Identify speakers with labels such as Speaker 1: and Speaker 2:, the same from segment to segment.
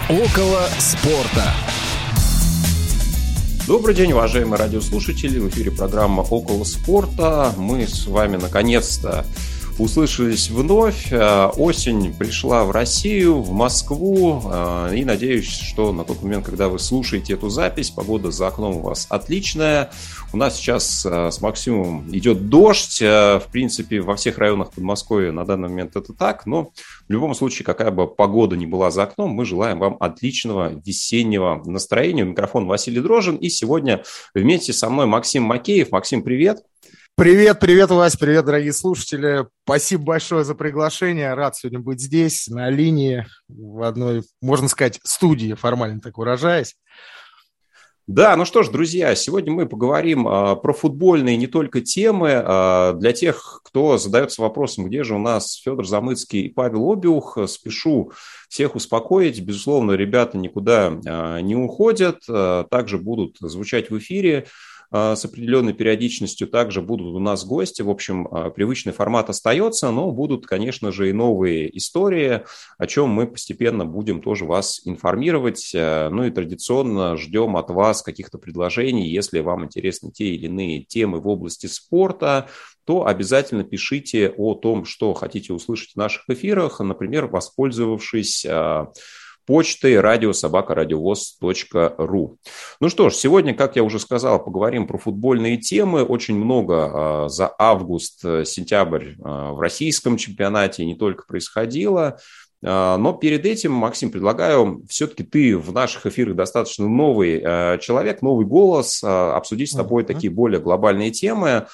Speaker 1: Около спорта.
Speaker 2: Добрый день, уважаемые радиослушатели. В эфире программа «Около спорта». Мы с вами наконец-то услышались вновь. Осень пришла в Россию, в Москву. И надеюсь, что на тот момент, когда вы слушаете эту запись, погода за окном у вас отличная. У нас сейчас с Максимом идет дождь. В принципе, во всех районах Подмосковья на данный момент это так. Но в любом случае, какая бы погода ни была за окном, мы желаем вам отличного весеннего настроения. У микрофона Василий Дрожжин. И сегодня вместе со мной Максим Макеев. Максим, привет.
Speaker 3: Привет, Вась, привет, дорогие слушатели. Спасибо большое за приглашение. Рад сегодня быть здесь, на линии, в одной, можно сказать, студии, формально так выражаясь.
Speaker 2: Да, ну что ж, друзья, сегодня мы поговорим про футбольные не только темы. Для тех, кто задается вопросом, где же у нас Федор Замыцкий и Павел Обиух, спешу всех успокоить. Безусловно, ребята никуда не уходят, также будут звучать в эфире с определенной периодичностью. Также будут у нас гости. В общем, привычный формат остается, но будут, конечно же, и новые истории, о чем мы постепенно будем тоже вас информировать. Ну и традиционно ждем от вас каких-то предложений. Если вам интересны те или иные темы в области спорта, то обязательно пишите о том, что хотите услышать в наших эфирах, например, воспользовавшись почтой radio@radiovoz.ru. Ну что ж, сегодня, как я уже сказал, поговорим про футбольные темы. Очень много за август-сентябрь в российском чемпионате не только происходило. Но перед этим, Максим, предлагаю, все-таки ты в наших эфирах достаточно новый человек, новый голос, обсудить с тобой такие более глобальные темы.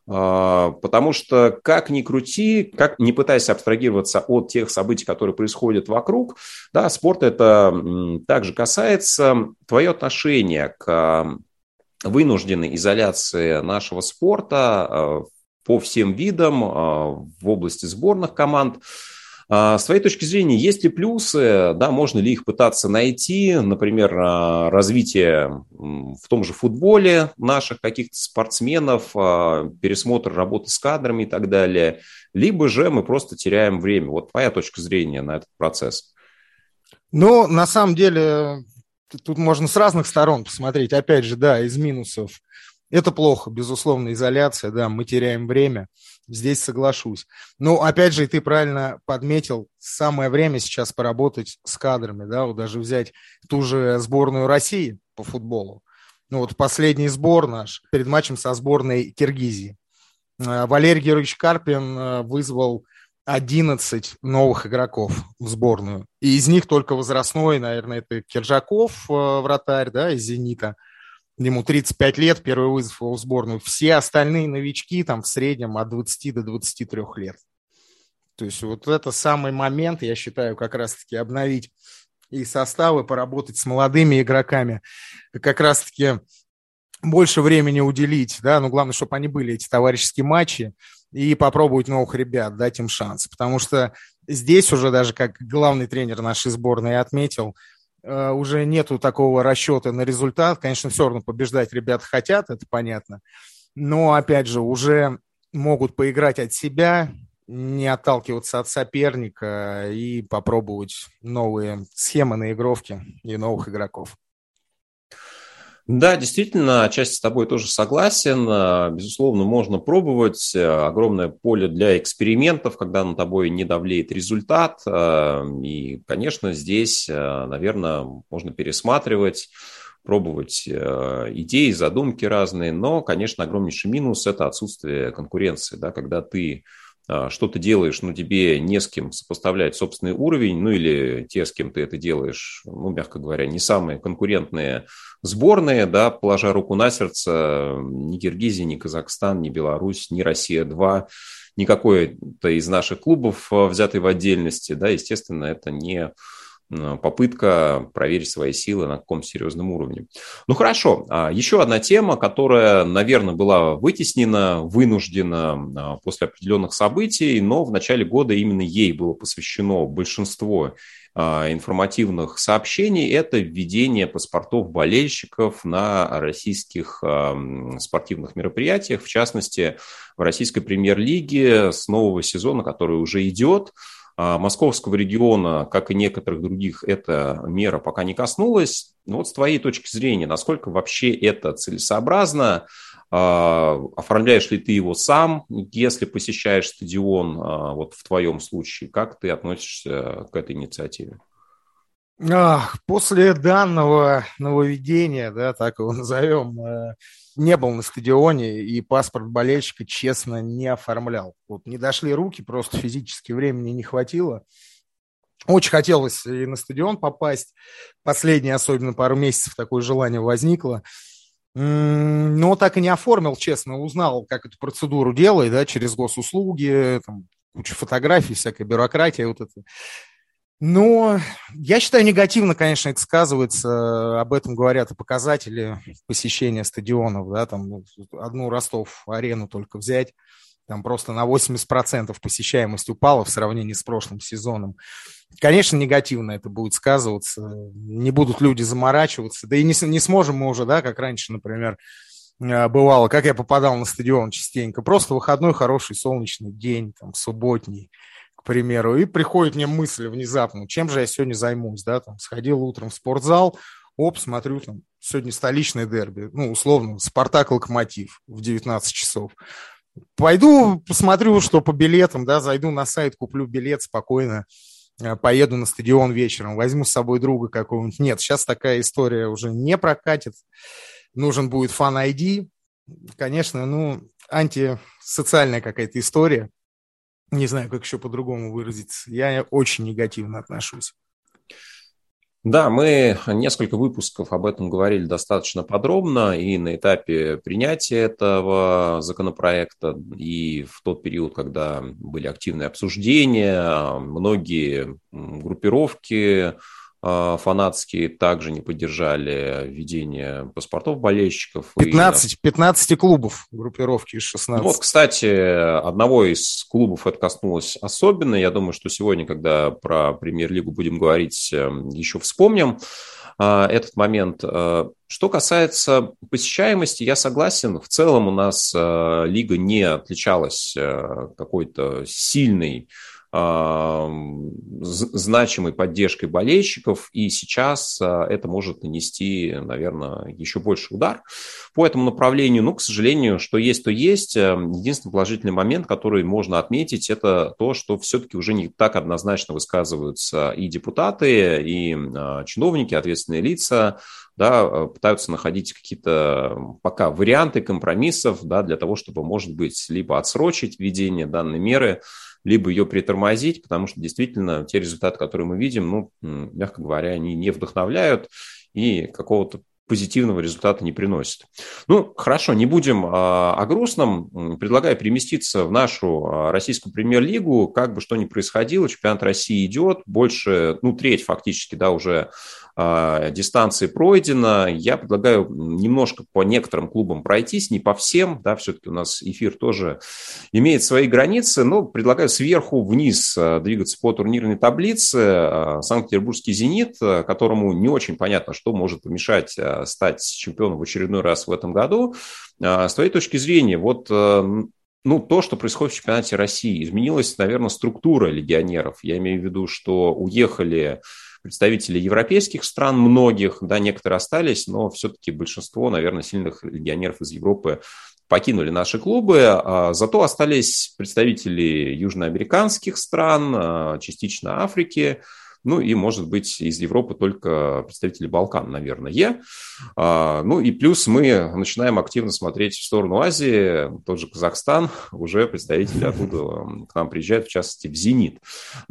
Speaker 2: Потому что, как ни крути, как не пытайся абстрагироваться от тех событий, которые происходят вокруг, да, спорт это также касается. Твое отношение к вынужденной изоляции нашего спорта по всем видам в области сборных команд. С твоей точки зрения, есть ли плюсы, да, можно ли их пытаться найти, например, развитие в том же футболе наших каких-то спортсменов, пересмотр работы с кадрами и так далее, либо же мы просто теряем время. Вот твоя точка зрения на этот процесс.
Speaker 3: Ну, на самом деле, тут можно с разных сторон посмотреть. Опять же, да, из минусов. Это плохо, безусловно, изоляция, да, мы теряем время, здесь соглашусь. Но, опять же, и ты правильно подметил, самое время сейчас поработать с кадрами, да, вот даже взять ту же сборную России по футболу. Ну вот последний сбор наш перед матчем со сборной Киргизии. Валерий Георгиевич Карпин вызвал 11 новых игроков в сборную, и из них только возрастной, наверное, это Киржаков, вратарь, да, из «Зенита». Ему 35 лет, первый вызов его в сборную. Все остальные новички там в среднем от 20 до 23 лет. То есть вот это самый момент, я считаю, как раз-таки обновить и составы, поработать с молодыми игроками, как раз-таки больше времени уделить, да, но главное, чтобы они были, эти товарищеские матчи, и попробовать новых ребят, дать им шанс. Потому что здесь уже даже, как главный тренер нашей сборной отметил, уже нету такого расчета на результат. Конечно, все равно побеждать ребята хотят, это понятно. Но, опять же, уже могут поиграть от себя, не отталкиваться от соперника и попробовать новые схемы наигровки и новых игроков.
Speaker 2: Да, действительно, отчасти с тобой тоже согласен. Безусловно, можно пробовать. Огромное поле для экспериментов, когда на тобой не давлеет результат. И, конечно, здесь, наверное, можно пересматривать, пробовать идеи, задумки разные. Но, конечно, огромнейший минус – это отсутствие конкуренции. Да, когда ты что-то делаешь, но тебе не с кем сопоставлять собственный уровень, ну или те, с кем ты это делаешь, ну, мягко говоря, не самые конкурентные сборные, да, положа руку на сердце, ни Киргизия, ни Казахстан, ни Беларусь, ни Россия-2, ни какой-то из наших клубов, взятый в отдельности, да, естественно, это не попытка проверить свои силы на каком серьезном уровне. Ну хорошо, еще одна тема, которая, наверное, была вытеснена, вынуждена после определенных событий, но в начале года именно ей было посвящено большинство информативных сообщений, это введение паспортов болельщиков на российских спортивных мероприятиях, в частности, в российской премьер-лиге с нового сезона, который уже идет. Московского региона, как и некоторых других, эта мера пока не коснулась. Вот с твоей точки зрения, насколько вообще это целесообразно? Оформляешь ли ты его сам, если посещаешь стадион, вот в твоем случае? Как ты относишься к этой инициативе?
Speaker 3: После данного нововведения, да, так его назовем, не был на стадионе и паспорт болельщика, честно, не оформлял. Вот не дошли руки, просто физически времени не хватило. Очень хотелось и на стадион попасть. Последние, особенно пару месяцев, такое желание возникло. Но так и не оформил, честно. Узнал, как эту процедуру делают, да, через госуслуги, там, куча фотографий, всякая бюрократия, вот это. Но я считаю, негативно, конечно, это сказывается. Об этом говорят и показатели посещения стадионов. Да, там одну Ростов-арену только взять. Там просто на 80% посещаемость упала в сравнении с прошлым сезоном. Конечно, негативно это будет сказываться. Не будут люди заморачиваться. Да и не сможем мы уже, да, как раньше, например, бывало, как я попадал на стадион частенько. Просто выходной хороший солнечный день, там, субботний, к примеру, и приходит мне мысль внезапно, чем же я сегодня займусь, да, там, сходил утром в спортзал, смотрю, там, сегодня столичное дерби, ну, условно, «Спартак-Локомотив» в 19 часов. Пойду посмотрю, что по билетам, да, зайду на сайт, куплю билет спокойно, поеду на стадион вечером, возьму с собой друга какого-нибудь. Нет, сейчас такая история уже не прокатит, нужен будет фан-ID, конечно, ну, антисоциальная какая-то история. Не знаю, как еще по-другому выразиться. Я очень негативно отношусь.
Speaker 2: Да, мы несколько выпусков об этом говорили достаточно подробно и на этапе принятия этого законопроекта, и в тот период, когда были активные обсуждения, многие группировки фанатские также не поддержали введение паспортов болельщиков.
Speaker 3: 15 клубов группировки из 16.
Speaker 2: Вот, кстати, одного из клубов это коснулось особенно. Я думаю, что сегодня, когда про премьер-лигу будем говорить, еще вспомним этот момент. Что касается посещаемости, я согласен. В целом у нас лига не отличалась какой-то сильной, значимой поддержкой болельщиков, и сейчас это может нанести, наверное, еще больше удар по этому направлению. Но, к сожалению, что есть, то есть. Единственный положительный момент, который можно отметить, это то, что все-таки уже не так однозначно высказываются и депутаты, и чиновники, ответственные лица, да, пытаются находить какие-то пока варианты компромиссов, да, для того, чтобы, может быть, либо отсрочить введение данной меры, либо ее притормозить, потому что действительно те результаты, которые мы видим, ну, мягко говоря, они не вдохновляют и какого-то позитивного результата не приносят. Ну, хорошо, не будем о грустном. Предлагаю переместиться в нашу российскую премьер-лигу. Как бы что ни происходило, чемпионат России идет. Больше, треть фактически, да, уже дистанции пройдено. Я предлагаю немножко по некоторым клубам пройтись, не по всем, да, все-таки у нас эфир тоже имеет свои границы, но предлагаю сверху вниз двигаться по турнирной таблице. Санкт-Петербургский «Зенит», которому не очень понятно, что может помешать стать чемпионом в очередной раз в этом году. С твоей точки зрения, вот то, что происходит в чемпионате России, изменилась, наверное, структура легионеров. Я имею в виду, что уехали представители европейских стран, многих, да, некоторые остались, но все-таки большинство, наверное, сильных легионеров из Европы покинули наши клубы, зато остались представители южноамериканских стран, частично Африки, ну и, может быть, из Европы только представители Балкан, наверное. Ну и плюс мы начинаем активно смотреть в сторону Азии, тот же Казахстан, уже представители оттуда к нам приезжают, в частности, в «Зенит».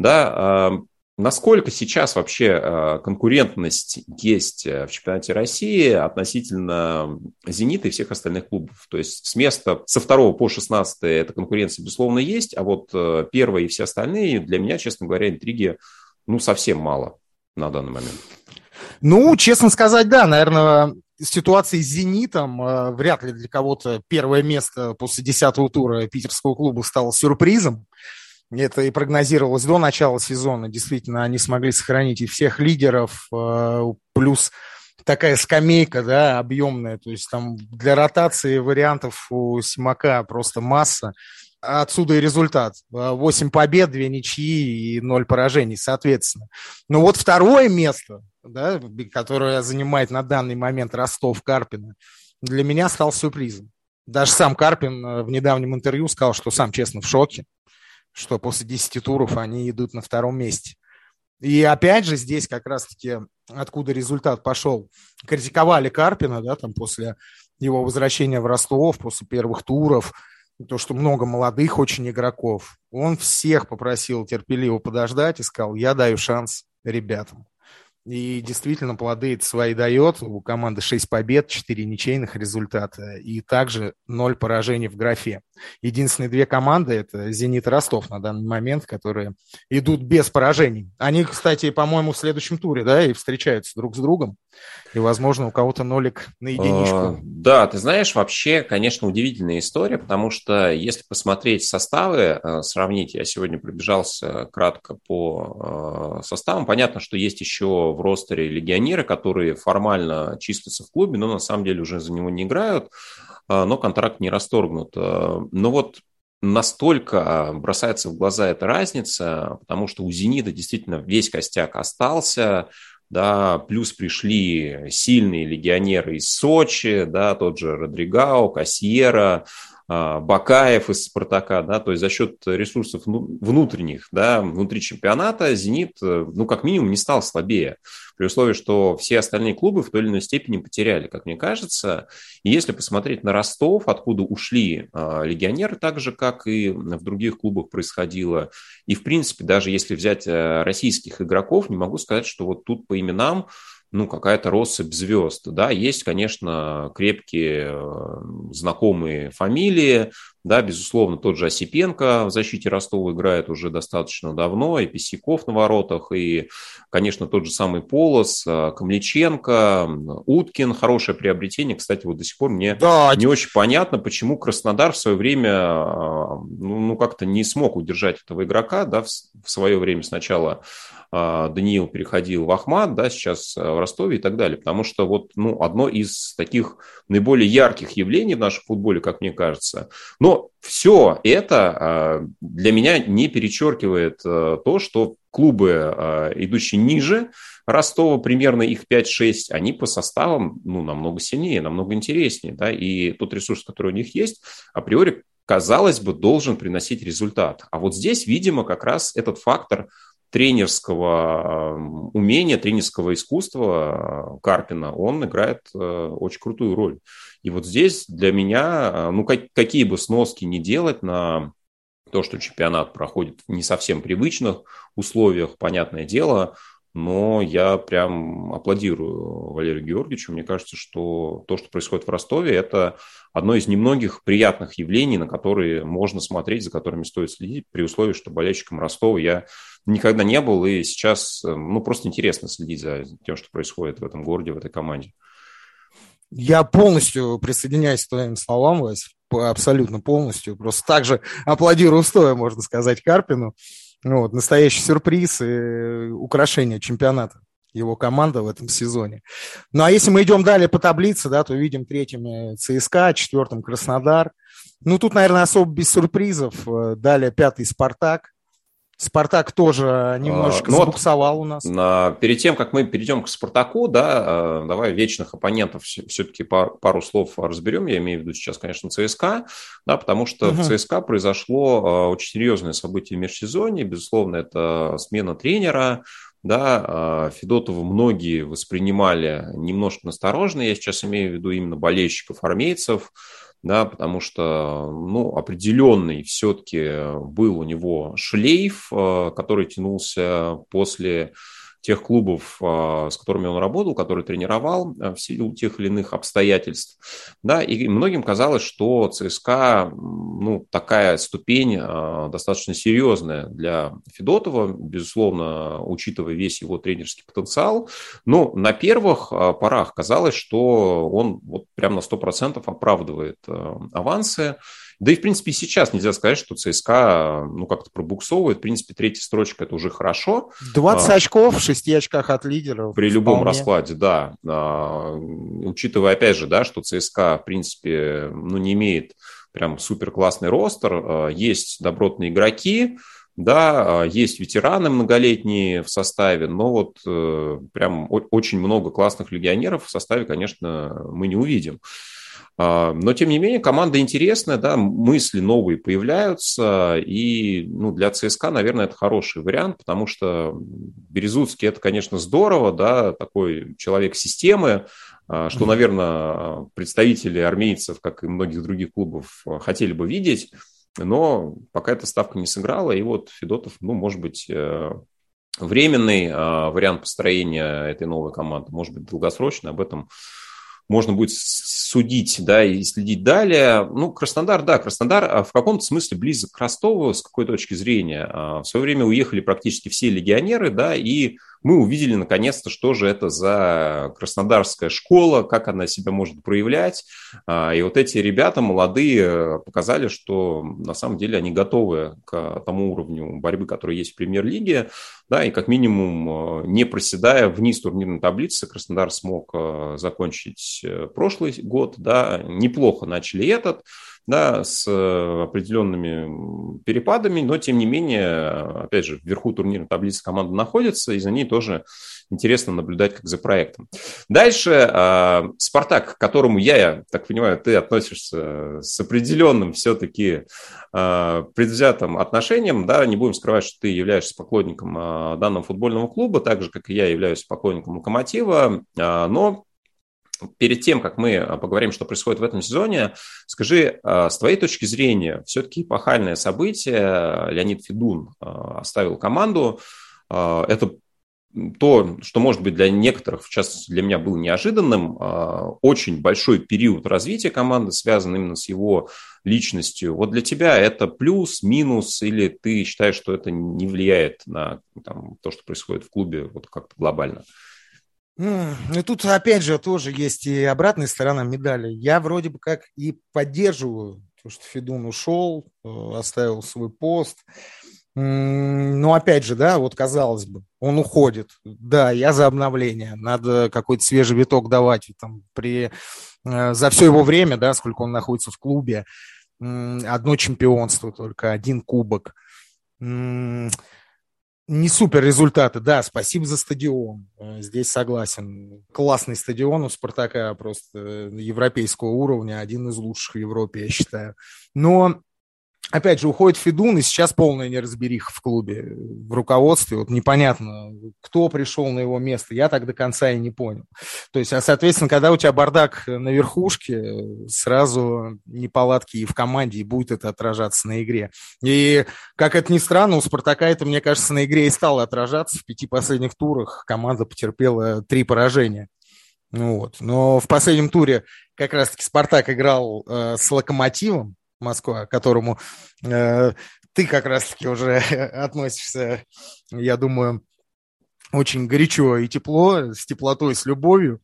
Speaker 2: Да, насколько сейчас вообще конкурентность есть в чемпионате России относительно «Зенита» и всех остальных клубов? То есть со 2 по 16 эта конкуренция, безусловно, есть, а вот первые и все остальные, для меня, честно говоря, интриги, совсем мало на данный момент.
Speaker 3: Честно сказать, да, наверное, ситуация с «Зенитом» вряд ли для кого-то первое место после 10-го тура питерского клуба стало сюрпризом. Это и прогнозировалось до начала сезона. Действительно, они смогли сохранить и всех лидеров, плюс такая скамейка, да, объемная. То есть там для ротации вариантов у Симака просто масса. отсюда и результат. 8 побед, 2 ничьи и 0 поражений, соответственно. Но вот второе место, да, которое занимает на данный момент Ростов-Карпино, для меня стал сюрпризом. Даже сам Карпин в недавнем интервью сказал, что сам, честно, в шоке, что после 10 туров они идут на втором месте. И опять же здесь как раз-таки откуда результат пошел. Критиковали Карпина, да, там после его возвращения в Ростов, после первых туров, то, что много молодых очень игроков. Он всех попросил терпеливо подождать и сказал, я даю шанс ребятам. И действительно плоды это свои дает. У команды 6 побед, 4 ничейных результата и также 0 поражений в графе. Единственные 2 команды – это «Зенит» и «Ростов» на данный момент, которые идут без поражений. Они, кстати, по-моему, в следующем туре, да, и встречаются друг с другом. И, возможно, у кого-то нолик на единичку.
Speaker 2: Да, ты знаешь, вообще, конечно, удивительная история, потому что если посмотреть составы, сравнить, я сегодня пробежался кратко по составам, понятно, что есть еще в ростере легионеры, которые формально числятся в клубе, но на самом деле уже за него не играют, но контракт не расторгнут. Но вот настолько бросается в глаза эта разница, потому что у «Зенита» действительно весь костяк остался, да, плюс пришли сильные легионеры из Сочи, да, тот же Родригау, Кассьера, Бакаев из «Спартака», да, то есть за счет ресурсов внутренних, да, внутри чемпионата «Зенит», ну, как минимум, не стал слабее, при условии, что все остальные клубы в той или иной степени потеряли, как мне кажется. И если посмотреть на Ростов, откуда ушли легионеры, так же, как и в других клубах происходило, и, в принципе, даже если взять российских игроков, не могу сказать, что вот тут по именам ну, какая-то россыпь звезд. Да, есть, конечно, крепкие знакомые фамилии, да, безусловно, тот же Осипенко в защите Ростова играет уже достаточно давно, и Писяков на воротах, и, конечно, тот же самый Полос, Камличенко, Уткин, хорошее приобретение. Кстати, вот до сих пор мне не очень понятно, почему Краснодар в свое время ну, как-то не смог удержать этого игрока, да, в свое время сначала Даниил переходил в Ахмат, да, сейчас в Ростове и так далее, потому что вот, ну, одно из таких наиболее ярких явлений в нашем футболе, как мне кажется. Но все это для меня не перечеркивает то, что клубы, идущие ниже Ростова, примерно их 5-6, они по составам, ну, намного сильнее, намного интереснее, да, и тот ресурс, который у них есть, априори, казалось бы, должен приносить результат. А вот здесь, видимо, как раз этот фактор тренерского умения, тренерского искусства Карпина, он играет очень крутую роль. И вот здесь для меня, ну, какие бы сноски ни делать на то, что чемпионат проходит в не совсем привычных условиях, понятное дело, но я прям аплодирую Валерию Георгиевичу. Мне кажется, что то, что происходит в Ростове, это одно из немногих приятных явлений, на которые можно смотреть, за которыми стоит следить, при условии, что болельщиком Ростова я никогда не был, и сейчас, ну, просто интересно следить за тем, что происходит в этом городе, в этой команде.
Speaker 3: Я полностью присоединяюсь к твоим словам, Вась, абсолютно полностью. Просто так же аплодирую стоя, можно сказать, Карпину. Вот, настоящий сюрприз и украшение чемпионата его команда в этом сезоне. Ну, а если мы идем далее по таблице, да, то видим третьим ЦСКА, четвертым Краснодар. Ну, тут, наверное, особо без сюрпризов. Далее пятый Спартак. Спартак тоже немножечко забуксовал у нас.
Speaker 2: Перед тем, как мы перейдем к Спартаку, да, давай вечных оппонентов все-таки пару слов разберем. Я имею в виду сейчас, конечно, ЦСКА, да, потому что в ЦСКА произошло очень серьезное событие в межсезонье. Безусловно, это смена тренера. Да, Федотова многие воспринимали немножко настороженно. Я сейчас имею в виду именно болельщиков, армейцев. Да, потому что, ну, определенный все-таки был у него шлейф, который тянулся после тех клубов, с которыми он работал, которые тренировал в силу тех или иных обстоятельств. Да, и многим казалось, что ЦСКА, ну, такая ступень достаточно серьезная для Федотова, безусловно, учитывая весь его тренерский потенциал. Но на первых порах казалось, что он вот прям на 100% оправдывает авансы. Да и, в принципе, сейчас нельзя сказать, что ЦСКА, ну, как-то пробуксовывает. В принципе, третья строчка – это уже хорошо.
Speaker 3: 20 очков в 6 очках от лидеров.
Speaker 2: При любом раскладе, да. Учитывая, опять же, да, что ЦСКА, в принципе, ну, не имеет прям супер классный ростер, есть добротные игроки, да, есть ветераны многолетние в составе, но вот прям очень много классных легионеров в составе, конечно, мы не увидим. Но, тем не менее, команда интересная, да, мысли новые появляются, и для ЦСКА, наверное, это хороший вариант, потому что Березуцкий – это, конечно, здорово, да, такой человек системы, что, наверное, представители армейцев, как и многих других клубов, хотели бы видеть, но пока эта ставка не сыграла, и вот Федотов, может быть, временный вариант построения этой новой команды, может быть, долгосрочный, об этом можно будет судить, да, и следить далее. Краснодар, да, Краснодар в каком-то смысле близок к Ростову с какой точки зрения. В свое время уехали практически все легионеры, да, и мы увидели наконец-то, что же это за краснодарская школа, как она себя может проявлять. И вот эти ребята молодые показали, что на самом деле они готовы к тому уровню борьбы, который есть в премьер-лиге, да, и как минимум, не проседая вниз турнирной таблицы, Краснодар смог закончить прошлый год, да, неплохо начали этот, да, с определенными перепадами, но, тем не менее, опять же, вверху турнирной таблицы команда находится, и за ней тоже интересно наблюдать, как за проектом. Дальше «Спартак», к которому я так понимаю, ты относишься с определенным все-таки предвзятым отношением, да, не будем скрывать, что ты являешься поклонником данного футбольного клуба, так же, как и я являюсь поклонником «Локомотива», но перед тем, как мы поговорим, что происходит в этом сезоне, скажи, с твоей точки зрения, все-таки эпохальное событие, Леонид Федун оставил команду, это то, что, может быть, для некоторых, в частности, для меня было неожиданным, очень большой период развития команды, связан именно с его личностью. Вот для тебя это плюс, минус, или ты считаешь, что это не влияет на то, что происходит в клубе вот как-то глобально?
Speaker 3: И тут, опять же, тоже есть и обратная сторона медали. Я вроде бы как и поддерживаю то, что Федун ушел, оставил свой пост. Но, опять же, да, вот казалось бы, он уходит. Да, я за обновление. Надо какой-то свежий виток давать за все его время, да, сколько он находится в клубе. Одно чемпионство только, один кубок. Не супер результаты, да, спасибо за стадион, здесь согласен. Классный стадион у «Спартака», просто европейского уровня, один из лучших в Европе, я считаю. Но, опять же, уходит Федун, и сейчас полная неразбериха в клубе, в руководстве. Вот непонятно, кто пришел на его место, я так до конца и не понял. То есть, соответственно, когда у тебя бардак на верхушке, сразу неполадки и в команде, и будет это отражаться на игре. И, как это ни странно, у «Спартака» это, мне кажется, на игре и стало отражаться. В 5 последних турах команда потерпела 3 поражения. Вот. Но в последнем туре как раз-таки «Спартак» играл с «Локомотивом» Москва, к которому ты как раз-таки уже относишься, я думаю, очень горячо и тепло, с теплотой, с любовью.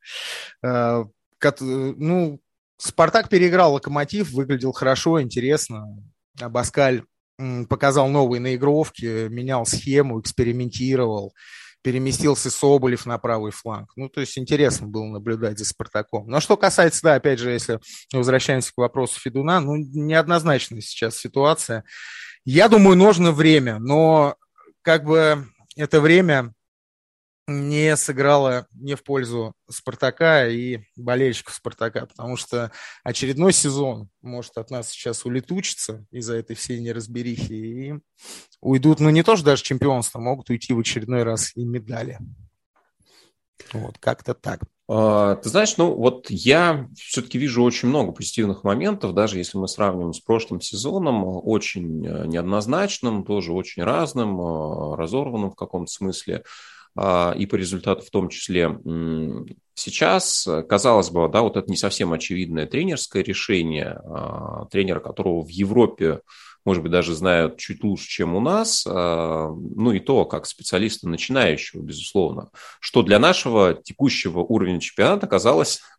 Speaker 3: «Спартак» переиграл «Локомотив», выглядел хорошо, интересно. Абаскаль показал новые наигровки, менял схему, экспериментировал. Переместился Соболев на правый фланг. То есть интересно было наблюдать за «Спартаком». Но что касается, да, опять же, если возвращаемся к вопросу Федуна, неоднозначная сейчас ситуация. Я думаю, нужно время, но как бы это время не сыграло не в пользу «Спартака» и болельщиков «Спартака», потому что очередной сезон может от нас сейчас улетучиться из-за этой всей неразберихи, и уйдут, не то что даже чемпионство, могут уйти в очередной раз и медали. Вот, как-то так.
Speaker 2: Ты знаешь, вот я все-таки вижу очень много позитивных моментов, даже если мы сравниваем с прошлым сезоном, очень неоднозначным, тоже очень разным, разорванным в каком-то смысле, и по результату в том числе. Сейчас, казалось бы, да, вот это не совсем очевидное тренерское решение, тренера, которого в Европе, может быть, даже знают чуть лучше, чем у нас, и то, как специалиста начинающего, безусловно, что для нашего текущего уровня чемпионата казалось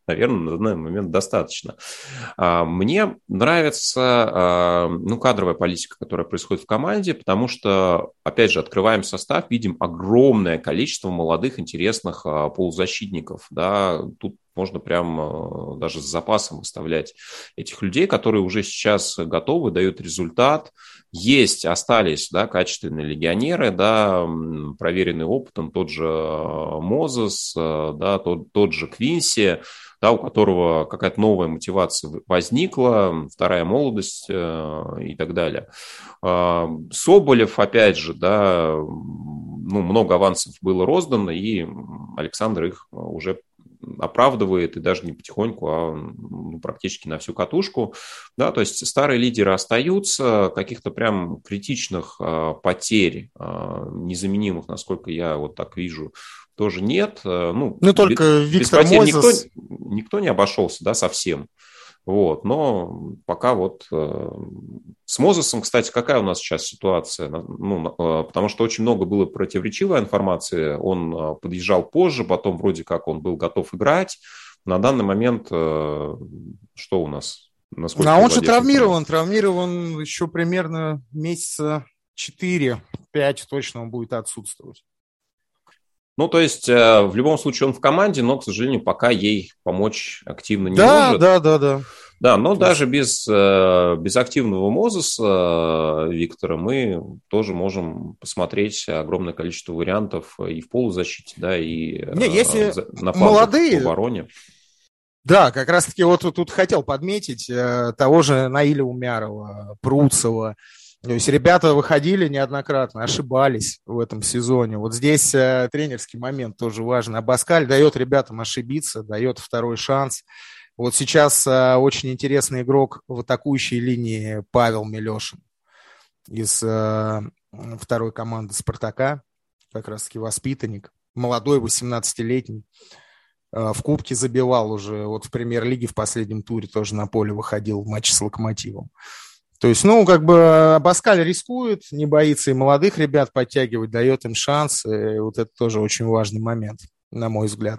Speaker 2: наверное, на данный момент достаточно. Мне нравится кадровая политика, которая происходит в команде, потому что, опять же, открываем состав, видим огромное количество молодых, интересных полузащитников. Да? Тут можно прям даже с запасом выставлять этих людей, которые уже сейчас готовы, дают результат. Остались, да, качественные легионеры, да, проверенные опытом, тот же Мозес, да, тот же Квинси, да, у которого какая-то новая мотивация возникла, вторая молодость и так далее. Соболев, опять же, да, много авансов было роздано, и Александр их уже оправдывает, и даже не потихоньку, а практически на всю катушку. Да, то есть старые лидеры остаются, каких-то прям критичных потерь, незаменимых, насколько я вот так вижу, тоже нет.
Speaker 3: Только Виктор
Speaker 2: без потерь
Speaker 3: Мозес...
Speaker 2: никто не обошелся, да, совсем. Вот, но пока вот с Мозесом, кстати, какая у нас сейчас ситуация? Потому что очень много было противоречивой информации. Он подъезжал позже, потом вроде как он был готов играть. На данный момент что у нас?
Speaker 3: Он же травмирован еще примерно месяца 4-5 точно он будет отсутствовать.
Speaker 2: То есть, в любом случае он в команде, но, к сожалению, пока ей помочь активно не может.
Speaker 3: Да.
Speaker 2: Да, но даже без активного Мозеса Виктора мы тоже можем посмотреть огромное количество вариантов и в полузащите, да, и на флангах в обороне.
Speaker 3: Да, как раз-таки вот тут хотел подметить того же Наиля Умярова, Пруцева. То есть ребята выходили неоднократно, ошибались в этом сезоне. Вот здесь тренерский момент тоже важен. Абаскаль дает ребятам ошибиться, дает второй шанс. Вот сейчас очень интересный игрок в атакующей линии Павел Милешин из второй команды «Спартака», как раз-таки воспитанник, молодой, 18-летний. В Кубке забивал уже, вот в Премьер-лиге в последнем туре тоже на поле выходил в матче с «Локомотивом». То есть, Абаскаль рискует, не боится и молодых ребят подтягивать, дает им шанс. И вот это тоже очень важный момент, на мой взгляд.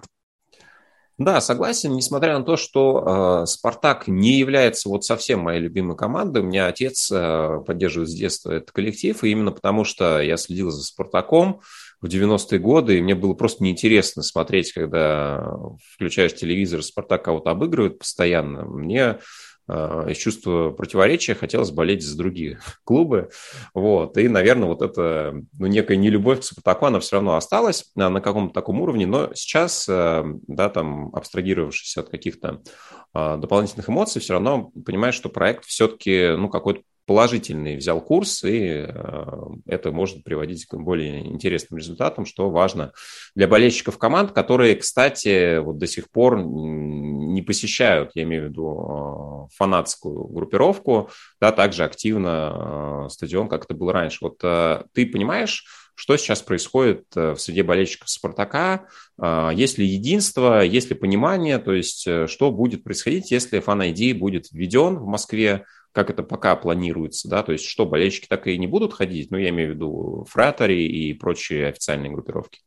Speaker 2: Да, согласен, несмотря на то, что «Спартак» не является вот совсем моей любимой командой. У меня отец поддерживает с детства этот коллектив, и именно потому, что я следил за «Спартаком» в 90-е годы, и мне было просто неинтересно смотреть, когда включаешь телевизор, «Спартак» кого-то обыгрывает постоянно. Мне из чувства противоречия хотелось болеть за другие клубы. Вот. И, наверное, вот эта некая нелюбовь к «Спартаку», она все равно осталась на каком-то таком уровне, но сейчас, да, там, абстрагировавшись от каких-то дополнительных эмоций, все равно понимаешь, что проект все-таки, какой-то положительный взял курс, и это может приводить к более интересным результатам, что важно для болельщиков команд, которые, кстати, вот до сих пор не посещают, я имею в виду фанатскую группировку, да, также активно стадион, как это было раньше. Вот ты понимаешь, что сейчас происходит в среде болельщиков «Спартака», есть ли единство, есть ли понимание, то есть что будет происходить, если Fan-ID будет введен в Москве, как это пока планируется, да, то есть что, болельщики так и не будут ходить, я имею в виду Фратори и прочие официальные группировки.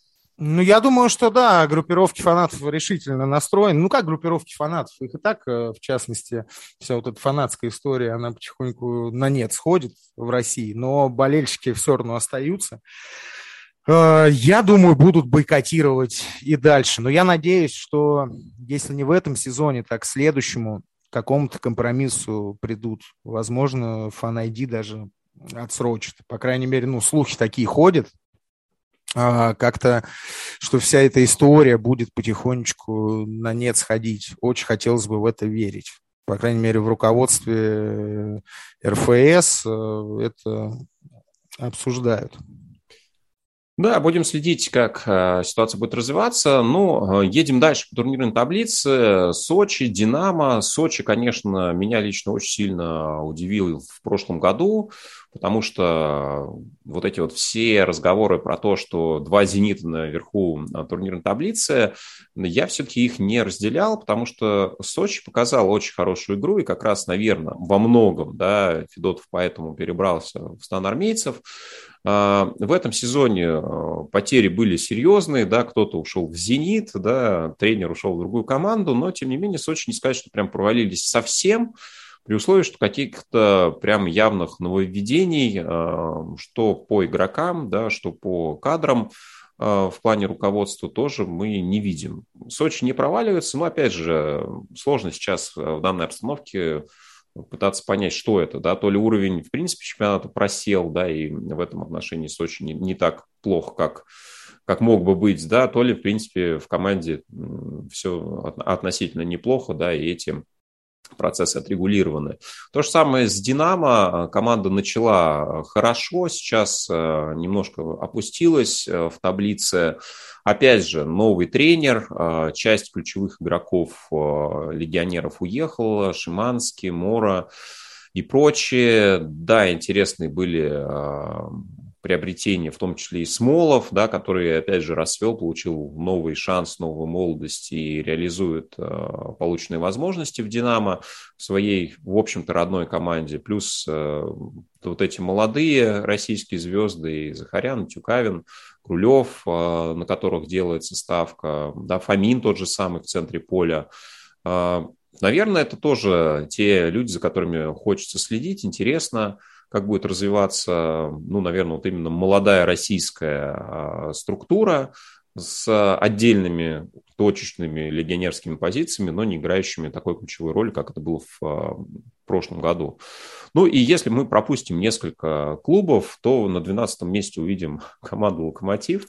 Speaker 3: Я думаю, что да, группировки фанатов решительно настроены. Как группировки фанатов? Их и так, в частности, вся вот эта фанатская история, она потихоньку на нет сходит в России, но болельщики все равно остаются. Я думаю, будут бойкотировать и дальше. Но я надеюсь, что если не в этом сезоне, так к следующему к какому-то компромиссу придут. Возможно, Fan-ID даже отсрочат. По крайней мере, слухи такие ходят. Как-то, что вся эта история будет потихонечку на нет сходить. Очень хотелось бы в это верить. По крайней мере, в руководстве РФС это обсуждают.
Speaker 2: Да, будем следить, как ситуация будет развиваться. Едем дальше по турнирной таблице. Сочи, Динамо. Сочи, конечно, меня лично очень сильно удивил в прошлом году, потому что вот эти вот все разговоры про то, что два «Зенита» наверху турнирной таблицы, я все-таки их не разделял, потому что Сочи показал очень хорошую игру, и как раз, наверное, во многом, да, Федотов поэтому перебрался в стан армейцев. В этом сезоне потери были серьезные, да, кто-то ушел в «Зенит», да, тренер ушел в другую команду, но, тем не менее, Сочи не сказать, что прям провалились совсем, при условии, что каких-то прям явных нововведений, что по игрокам, да, что по кадрам в плане руководства тоже мы не видим. Сочи не проваливается, но, опять же, сложно сейчас в данной обстановке пытаться понять, что это, да, то ли уровень, в принципе, чемпионата просел, да, и в этом отношении Сочи не так плохо, как мог бы быть, да, то ли, в принципе, в команде все относительно неплохо, да, и эти процессы отрегулированы. То же самое с «Динамо». Команда начала хорошо, сейчас немножко опустилась в таблице. Опять же, новый тренер, часть ключевых игроков легионеров уехала, Шиманский, Мора и прочие. Да, интересные были приобретения, в том числе и Смолов, да, который, опять же, расцвел, получил новый шанс, новую молодость и реализует полученные возможности в «Динамо» в своей, в общем-то, родной команде. Плюс вот эти молодые российские звезды, и Захарян, и Тюкавин, Крулев, на которых делается ставка, да, Фомин тот же самый в центре поля. Наверное, это тоже те люди, за которыми хочется следить, интересно, как будет развиваться, ну, наверное, вот именно молодая российская структура с отдельными точечными легионерскими позициями, но не играющими такой ключевой роли, как это было в прошлом году. Ну и если мы пропустим несколько клубов, то на 12-м месте увидим команду «Локомотив».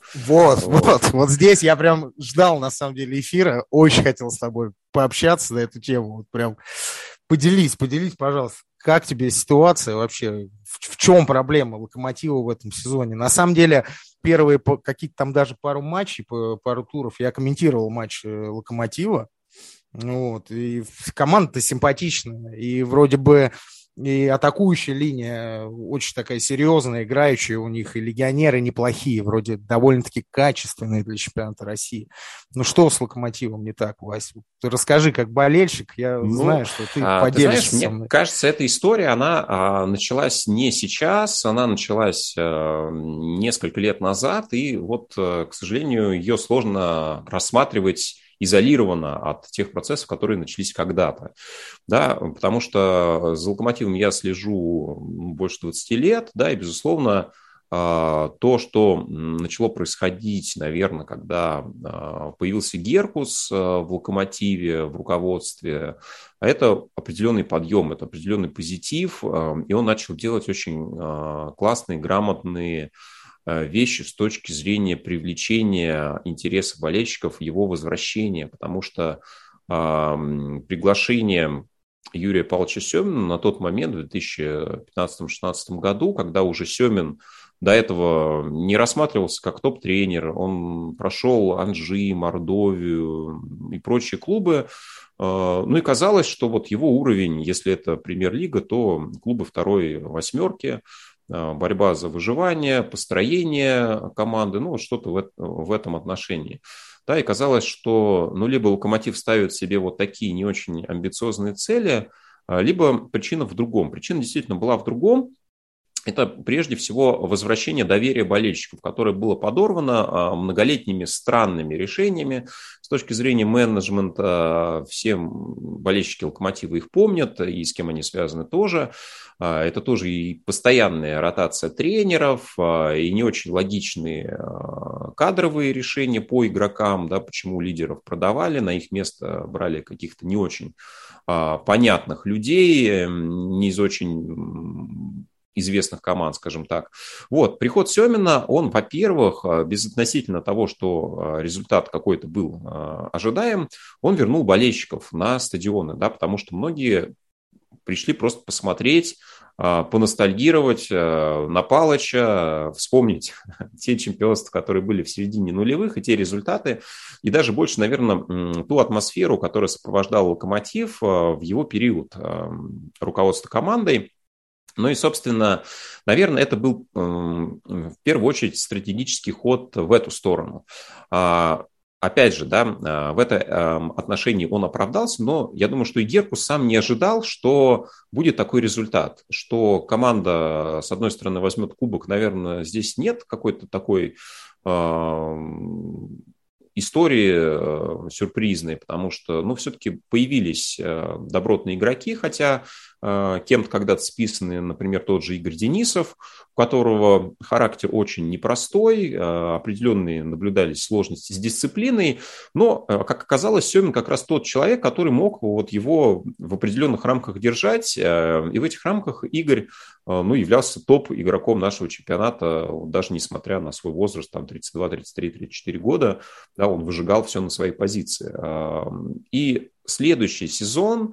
Speaker 3: Вот здесь я прям ждал, на самом деле, эфира, очень хотел с тобой пообщаться на эту тему, вот прям поделись, пожалуйста, как тебе ситуация вообще, в чем проблема «Локомотива» в этом сезоне? На самом деле, первые какие-то там даже пару матчей, пару туров, я комментировал матч «Локомотива», вот, и команда-то симпатичная, и вроде бы и атакующая линия очень такая серьезная, играющая у них, и легионеры неплохие, вроде довольно-таки качественные для чемпионата России. Ну что с «Локомотивом» не так, Вась? Ты расскажи, как болельщик, я знаю, что ты поделишься
Speaker 2: ты знаешь,
Speaker 3: со мной.
Speaker 2: Мне кажется, эта история, она началась не сейчас, она началась несколько лет назад, и вот, к сожалению, ее сложно рассматривать изолированно от тех процессов, которые начались когда-то. Да, потому что за «Локомотивом» я слежу больше 20 лет, да, и, безусловно, то, что начало происходить, наверное, когда появился Геркус в «Локомотиве», в руководстве, это определенный подъем, это определенный позитив, и он начал делать очень классные, грамотные вещи с точки зрения привлечения интереса болельщиков, его возвращения, потому что приглашение Юрия Павловича Семина на тот момент, в 2015-2016 году, когда уже Семин до этого не рассматривался как топ-тренер, он прошел Анжи, Мордовию и прочие клубы, ну и казалось, что вот его уровень, если это премьер-лига, то клубы второй восьмерки, борьба за выживание, построение команды, ну, что-то в этом отношении. Да, и казалось, что ну, либо «Локомотив» ставит себе вот такие не очень амбициозные цели, либо причина в другом. Причина действительно была в другом. Это прежде всего возвращение доверия болельщиков, которое было подорвано многолетними странными решениями. С точки зрения менеджмента, все болельщики «Локомотива» их помнят, и с кем они связаны тоже. Это тоже и постоянная ротация тренеров, и не очень логичные кадровые решения по игрокам, да, почему лидеров продавали, на их место брали каких-то не очень понятных людей, не из очень известных команд, скажем так. Вот, приход Семина, он, во-первых, безотносительно того, что результат какой-то был ожидаем, он вернул болельщиков на стадионы, да, потому что многие пришли просто посмотреть, поностальгировать на Палыча, вспомнить те чемпионства, которые были в середине нулевых, и те результаты, и даже больше, наверное, ту атмосферу, которая сопровождала «Локомотив» в его период руководства командой. Ну и, собственно, наверное, это был в первую очередь стратегический ход в эту сторону. Опять же, да, в этом отношении он оправдался, но я думаю, что и Геркус сам не ожидал, что будет такой результат, что команда, с одной стороны, возьмет кубок, наверное, здесь нет какой-то такой истории сюрпризные, потому что, ну, все-таки появились добротные игроки, хотя кем-то когда-то списанный, например, тот же Игорь Денисов, у которого характер очень непростой, определенные наблюдались сложности с дисциплиной, но, как оказалось, Семин как раз тот человек, который мог вот его в определенных рамках держать, и в этих рамках Игорь, ну, являлся топ-игроком нашего чемпионата, даже несмотря на свой возраст, там, 32, 33, 34 года, да, он выжигал все на своей позиции. И следующий сезон,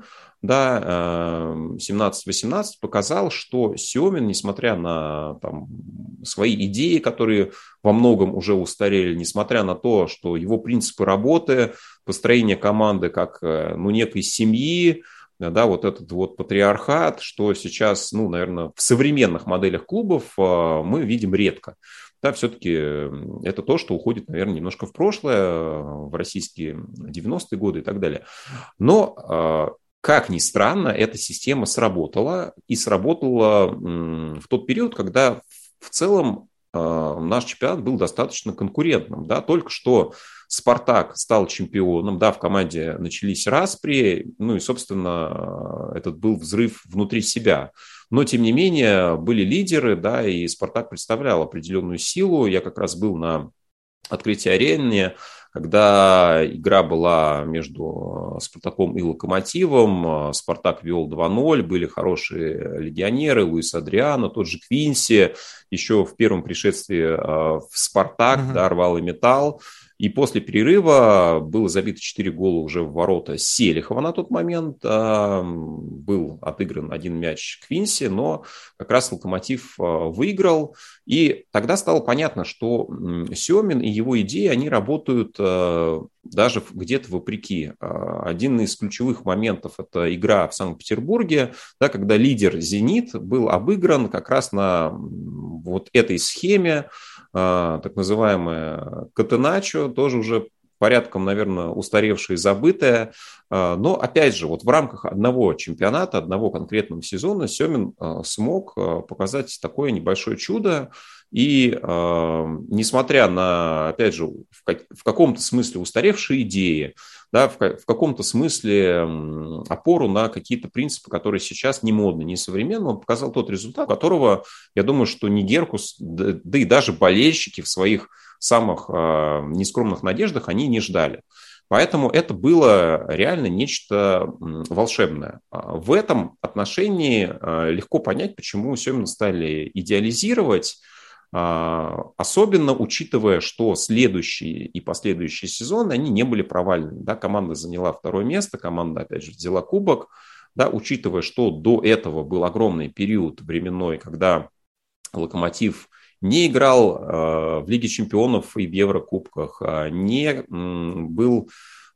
Speaker 2: да, 17-18 показал, что Семин, несмотря на там, свои идеи, которые во многом уже устарели, несмотря на то, что его принципы работы, построение команды как, ну, некой семьи, да, вот этот вот патриархат, что сейчас, ну, наверное, в современных моделях клубов мы видим редко. Да, все-таки это то, что уходит, наверное, немножко в прошлое, в российские 90-е годы и так далее. Но, как ни странно, эта система сработала, и сработала в тот период, когда в целом наш чемпионат был достаточно конкурентным. Да? Только что «Спартак» стал чемпионом, да, в команде начались распри, ну и, собственно, этот был взрыв внутри себя. Но, тем не менее, были лидеры, да, и «Спартак» представлял определенную силу. Я как раз был на открытии арены, когда игра была между «Спартаком» и «Локомотивом». «Спартак» вел 2-0, были хорошие легионеры, Луис Адриано, тот же Квинси, еще в первом пришествии в «Спартак», да, рвал и металл. И после перерыва было забито 4 гола уже в ворота Селихова на тот момент. Был отыгран один мяч Квинси, но как раз «Локомотив» выиграл. И тогда стало понятно, что Семин и его идеи, они работают даже где-то вопреки. Один из ключевых моментов – это игра в Санкт-Петербурге, да, когда лидер «Зенит» был обыгран как раз на вот этой схеме, так называемая Катеначо, тоже уже порядком, наверное, устаревшая и забытая. Но, опять же, вот в рамках одного чемпионата, одного конкретного сезона Семин смог показать такое небольшое чудо. И несмотря на, опять же, в каком-то смысле устаревшие идеи, да, в каком-то смысле опору на какие-то принципы, которые сейчас не модны, не современны, он показал тот результат, которого, я думаю, что ни Геркус, да и даже болельщики в своих самых нескромных надеждах они не ждали. Поэтому это было реально нечто волшебное. В этом отношении легко понять, почему Семина стали идеализировать, особенно учитывая, что следующие и последующие сезоны, они не были провальными. Да, команда заняла второе место, команда, опять же, взяла кубок. Да, учитывая, что до этого был огромный период временной, когда «Локомотив» не играл в Лиге чемпионов и в Еврокубках, не был,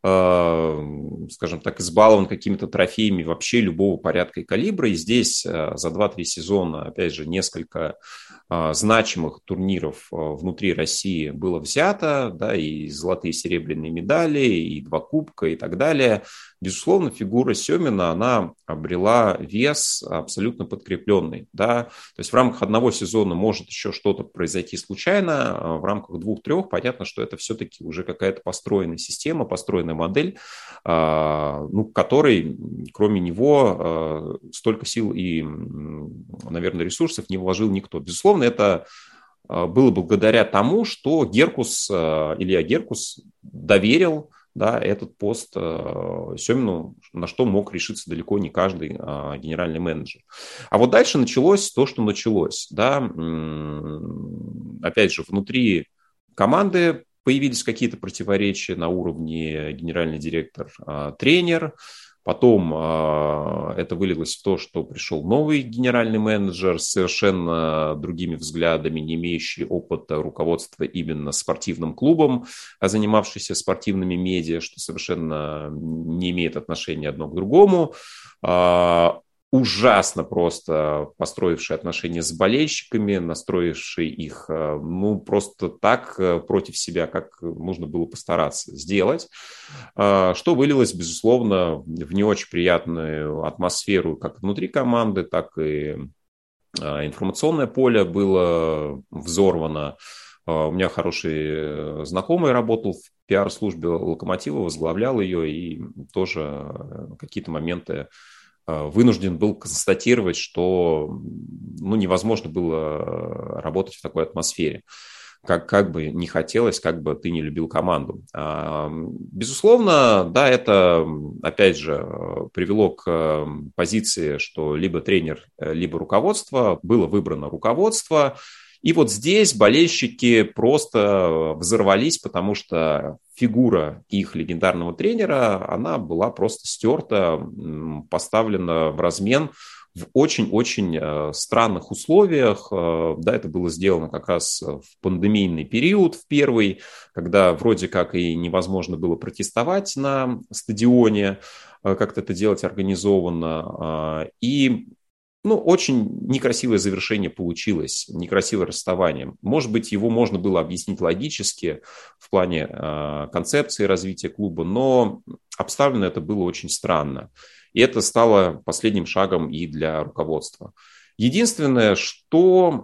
Speaker 2: скажем так, избалован какими-то трофеями вообще любого порядка и калибра. И здесь за 2-3 сезона, опять же, несколько значимых турниров внутри России было взято, да, и золотые, серебряные медали, и 2 кубка и так далее. Безусловно, фигура Семина, она обрела вес абсолютно подкрепленный. Да. То есть в рамках одного сезона может еще что-то произойти случайно, в рамках 2-3 понятно, что это все-таки уже какая-то построенная система, построенная модель, ну, которой, кроме него, столько сил и, наверное, ресурсов не вложил никто. Безусловно, это было благодаря тому, что Геркус, Илья Геркус доверил, да, этот пост Семину, на что мог решиться далеко не каждый генеральный менеджер. А вот дальше началось то, что началось. Да. Опять же, внутри команды появились какие-то противоречия на уровне генеральный директор, тренер. Потом это вылилось в то, что пришел новый генеральный менеджер с совершенно другими взглядами, не имеющий опыта руководства именно спортивным клубом, а занимавшийся спортивными медиа, что совершенно не имеет отношения одно к другому. ужасно просто построивший отношения с болельщиками, настроивший их, просто так против себя, как нужно было постараться сделать, что вылилось, безусловно, в не очень приятную атмосферу как внутри команды, так и информационное поле было взорвано. У меня хороший знакомый работал в пиар-службе «Локомотива», возглавлял ее, и тоже какие-то моменты вынужден был констатировать, что невозможно было работать в такой атмосфере. Как бы не хотелось, как бы ты не любил команду. Безусловно, да, это, опять же, привело к позиции, что либо тренер, либо руководство. Было выбрано руководство. И вот здесь болельщики просто взорвались, потому что фигура их легендарного тренера, она была просто стерта, поставлена в размен в очень-очень странных условиях. Да, это было сделано как раз в пандемийный период, в первый, когда вроде как и невозможно было протестовать на стадионе, как-то это делать организованно. И очень некрасивое завершение получилось, некрасивое расставание. Может быть, его можно было объяснить логически в плане концепции развития клуба, но обставлено это было очень странно. И это стало последним шагом и для руководства. Единственное, что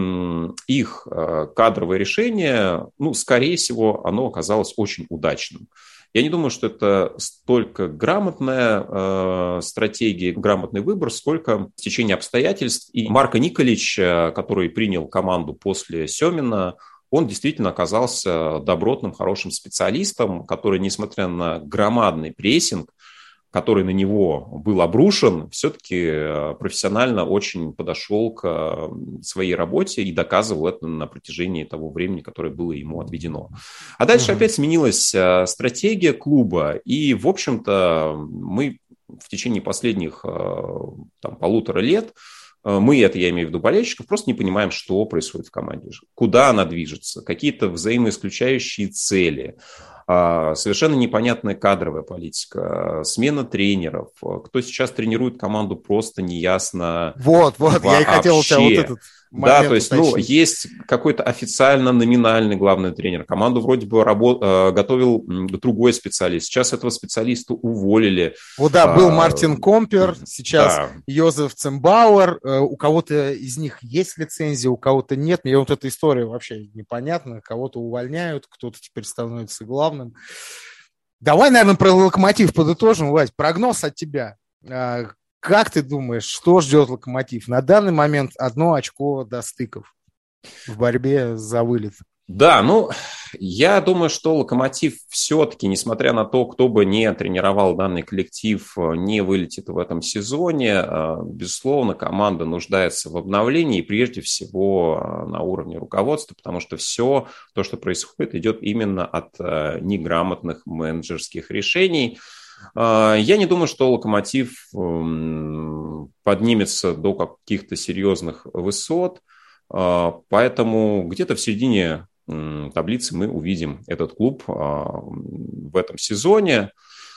Speaker 2: их кадровое решение, скорее всего, оно оказалось очень удачным. Я не думаю, что это столько грамотная стратегия, грамотный выбор, сколько стечение обстоятельств. И Марко Николич, который принял команду после Семина, он действительно оказался добротным, хорошим специалистом, который, несмотря на громадный прессинг, который на него был обрушен, все-таки профессионально очень подошел к своей работе и доказывал это на протяжении того времени, которое было ему отведено. А дальше опять сменилась стратегия клуба, и, в общем-то, мы в течение последних 1,5 лет, это я имею в виду болельщиков, просто не понимаем, что происходит в команде, куда она движется, какие-то взаимоисключающие цели, совершенно непонятная кадровая политика, смена тренеров, кто сейчас тренирует команду, просто неясно.
Speaker 3: Вот, я и хотел у тебя вот этот момент.
Speaker 2: Да, то есть, есть какой-то официально номинальный главный тренер. Команду вроде бы готовил другой специалист. Сейчас этого специалиста уволили.
Speaker 3: Был Мартин Компер, сейчас Йозеф Цимбауэр. У кого-то из них есть лицензия, у кого-то нет. Мне вот эта история вообще непонятна. Кого-то увольняют, кто-то теперь становится главным. Давай, наверное, про «Локомотив» подытожим. Вась, прогноз от тебя. Как ты думаешь, что ждет «Локомотив»? На данный момент 1 очко до стыков в борьбе за вылет.
Speaker 2: Да, я думаю, что «Локомотив» все-таки, несмотря на то, кто бы не тренировал данный коллектив, не вылетит в этом сезоне. Безусловно, команда нуждается в обновлении, и прежде всего на уровне руководства, потому что все то, что происходит, идет именно от неграмотных менеджерских решений. Я не думаю, что «Локомотив» поднимется до каких-то серьезных высот, поэтому где-то в середине таблицы мы увидим этот клуб в этом сезоне.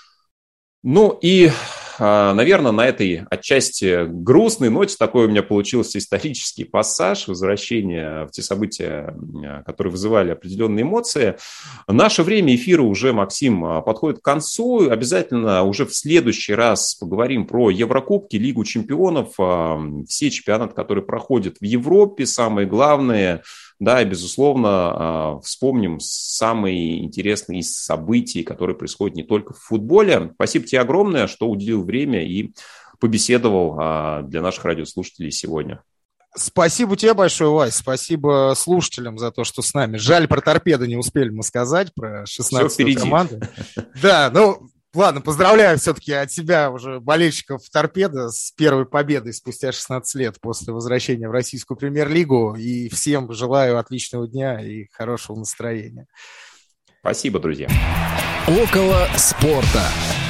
Speaker 2: Наверное, на этой отчасти грустной ноте такой у меня получился исторический пассаж, возвращение в те события, которые вызывали определенные эмоции. Наше время эфира уже, Максим, подходит к концу. Обязательно уже в следующий раз поговорим про Еврокубки, Лигу чемпионов, все чемпионаты, которые проходят в Европе, самые главные. Да, и, безусловно, вспомним самые интересные из событий, которые происходят не только в футболе. Спасибо тебе огромное, что уделил время и побеседовал для наших радиослушателей сегодня.
Speaker 3: Спасибо тебе большое, Вась. Спасибо слушателям за то, что с нами. Жаль, про «Торпедо» не успели мы сказать, про 16-ю команду. Да, ладно, поздравляю все-таки от себя уже болельщиков «Торпедо» с первой победой спустя 16 лет после возвращения в российскую премьер-лигу. И всем желаю отличного дня и хорошего настроения.
Speaker 2: Спасибо, друзья.
Speaker 1: Около спорта.